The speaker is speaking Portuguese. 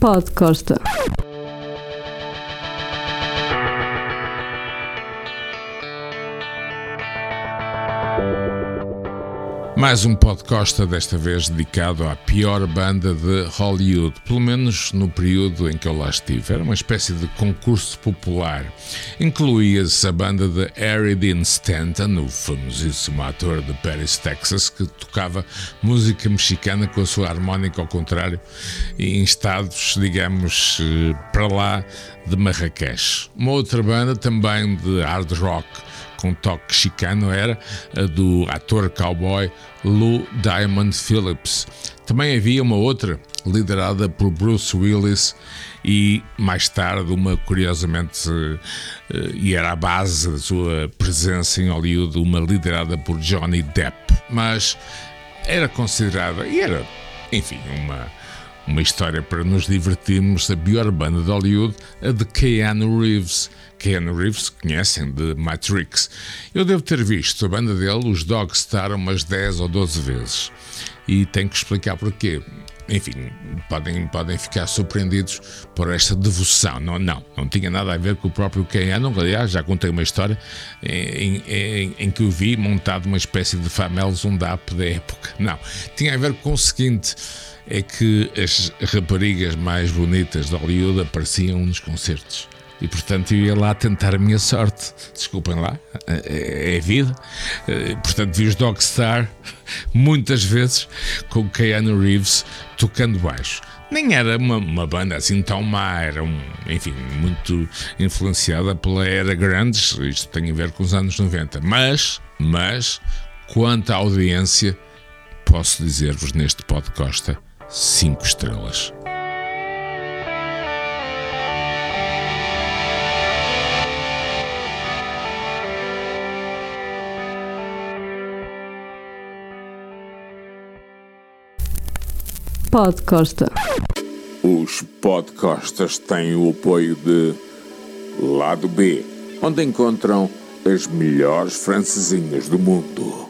Pod Costa. Mais um Pod Costa, desta vez dedicado à pior banda de Hollywood, pelo menos no período em que eu lá estive. Era uma espécie de concurso popular. Incluía-se a banda de Harry Dean Stanton, o famosíssimo ator de Paris, Texas, que tocava música mexicana com a sua harmónica ao contrário e em estados, digamos, para lá de Marrakech. Uma outra banda também de hard rock com toque chicano era a do ator cowboy Lou Diamond Phillips. Também havia uma outra liderada por Bruce Willis e mais tarde uma, curiosamente, e era a base da sua presença em Hollywood, uma liderada por Johnny Depp. Mas era considerada, e era, enfim, uma história para nos divertirmos, a pior banda de Hollywood, a de Keanu Reeves. Keanu Reeves, conhecem, de Matrix. Eu devo ter visto a banda dele, os Dogstar, umas 10 ou 12 vezes. E tenho que explicar porquê. Enfim, podem ficar surpreendidos por esta devoção. Não tinha nada a ver com o próprio Keanu. Aliás, já contei uma história em que o vi montado uma espécie de Famel Zundap da época. Não, tinha a ver com o seguinte: é que as raparigas mais bonitas de Hollywood apareciam nos concertos. E portanto eu ia lá tentar a minha sorte. Desculpem lá, é a vida. Portanto vi os Dogstar muitas vezes com o Keanu Reeves tocando baixo. Nem era uma banda assim tão má, era enfim, muito influenciada pela era Grandes. Isto tem a ver com os anos 90. Mas quanto à audiência, posso dizer-vos neste Pod Costa 5 estrelas. Pod Costa. Os Podcostas têm o apoio de Lado B, onde encontram as melhores francesinhas do mundo.